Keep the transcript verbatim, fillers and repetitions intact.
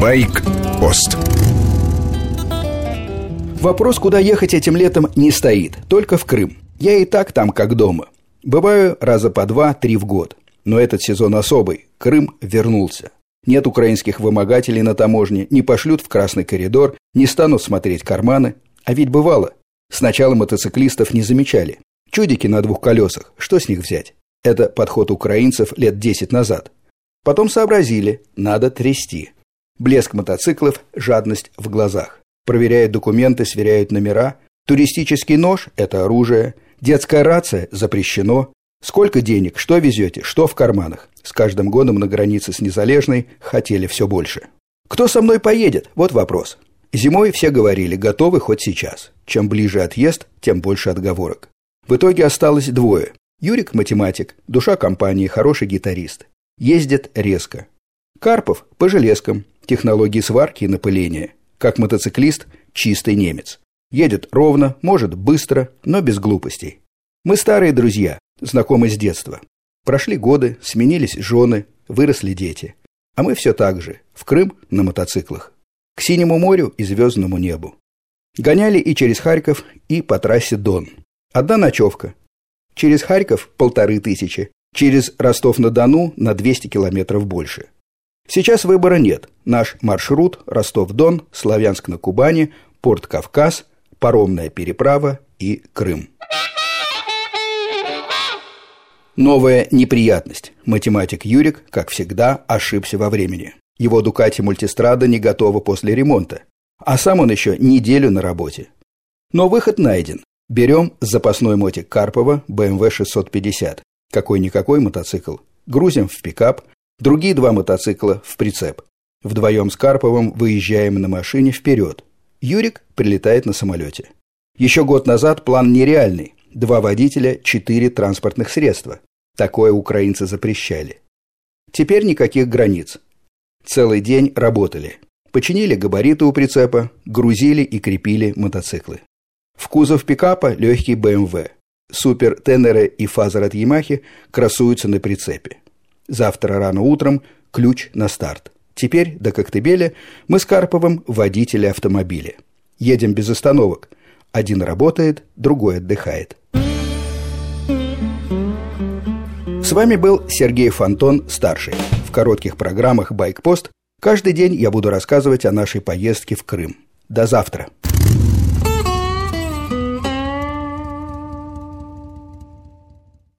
Байк-пост. Вопрос, куда ехать этим летом, не стоит, только в Крым. Я и так там, как дома. Бываю раза по два-три в год. Но этот сезон особый. Крым вернулся. Нет украинских вымогателей на таможне, не пошлют в красный коридор, не станут смотреть карманы. А ведь бывало. Сначала мотоциклистов не замечали. Чудики на двух колесах, что с них взять? Это подход украинцев лет десять назад. Потом сообразили, надо трясти. Блеск мотоциклов, жадность в глазах. Проверяют документы, сверяют номера. Туристический нож – это оружие. Детская рация – запрещено. Сколько денег, что везете, что в карманах. С каждым годом на границе с Незалежной хотели все больше. Кто со мной поедет? Вот вопрос. Зимой все говорили, готовы хоть сейчас. Чем ближе отъезд, тем больше отговорок. В итоге осталось двое. Юрик – математик, душа компании, хороший гитарист. Ездит резко. Карпов – по железкам, технологии сварки и напыления. Как мотоциклист – чистый немец. Едет ровно, может быстро, но без глупостей. Мы старые друзья, знакомы с детства. Прошли годы, сменились жены, выросли дети. А мы все так же, в Крым на мотоциклах. К синему морю и звездному небу. Гоняли и через Харьков, и по трассе Дон. Одна ночевка. Через Харьков – полторы тысячи. Через Ростов-на-Дону на двести километров больше. Сейчас выбора нет. Наш маршрут – Ростов-Дон, Славянск на Кубани, порт Кавказ, паромная переправа и Крым. Новая неприятность. Математик Юрик, как всегда, ошибся во времени. Его Дукати Мультистрада не готова после ремонта. А сам он еще неделю на работе. Но выход найден. Берем запасной мотик Карпова бэ эм вэ шестьсот пятьдесят. Какой-никакой мотоцикл. Грузим в пикап. Другие два мотоцикла в прицеп. Вдвоем с Карповым выезжаем на машине вперед. Юрик прилетает на самолете. Еще год назад план нереальный. Два водителя, четыре транспортных средства. Такое украинцы запрещали. Теперь никаких границ. Целый день работали. Починили габариты у прицепа, грузили и крепили мотоциклы. В кузов пикапа легкий бэ эм вэ. Супер Тенеры и Фазер от Ямахи красуются на прицепе. Завтра рано утром ключ на старт. Теперь до Коктебеля мы с Карповым водители автомобиля. Едем без остановок. Один работает, другой отдыхает. С вами был Сергей Фонтон, старший. В коротких программах «Байк-пост» каждый день я буду рассказывать о нашей поездке в Крым. До завтра.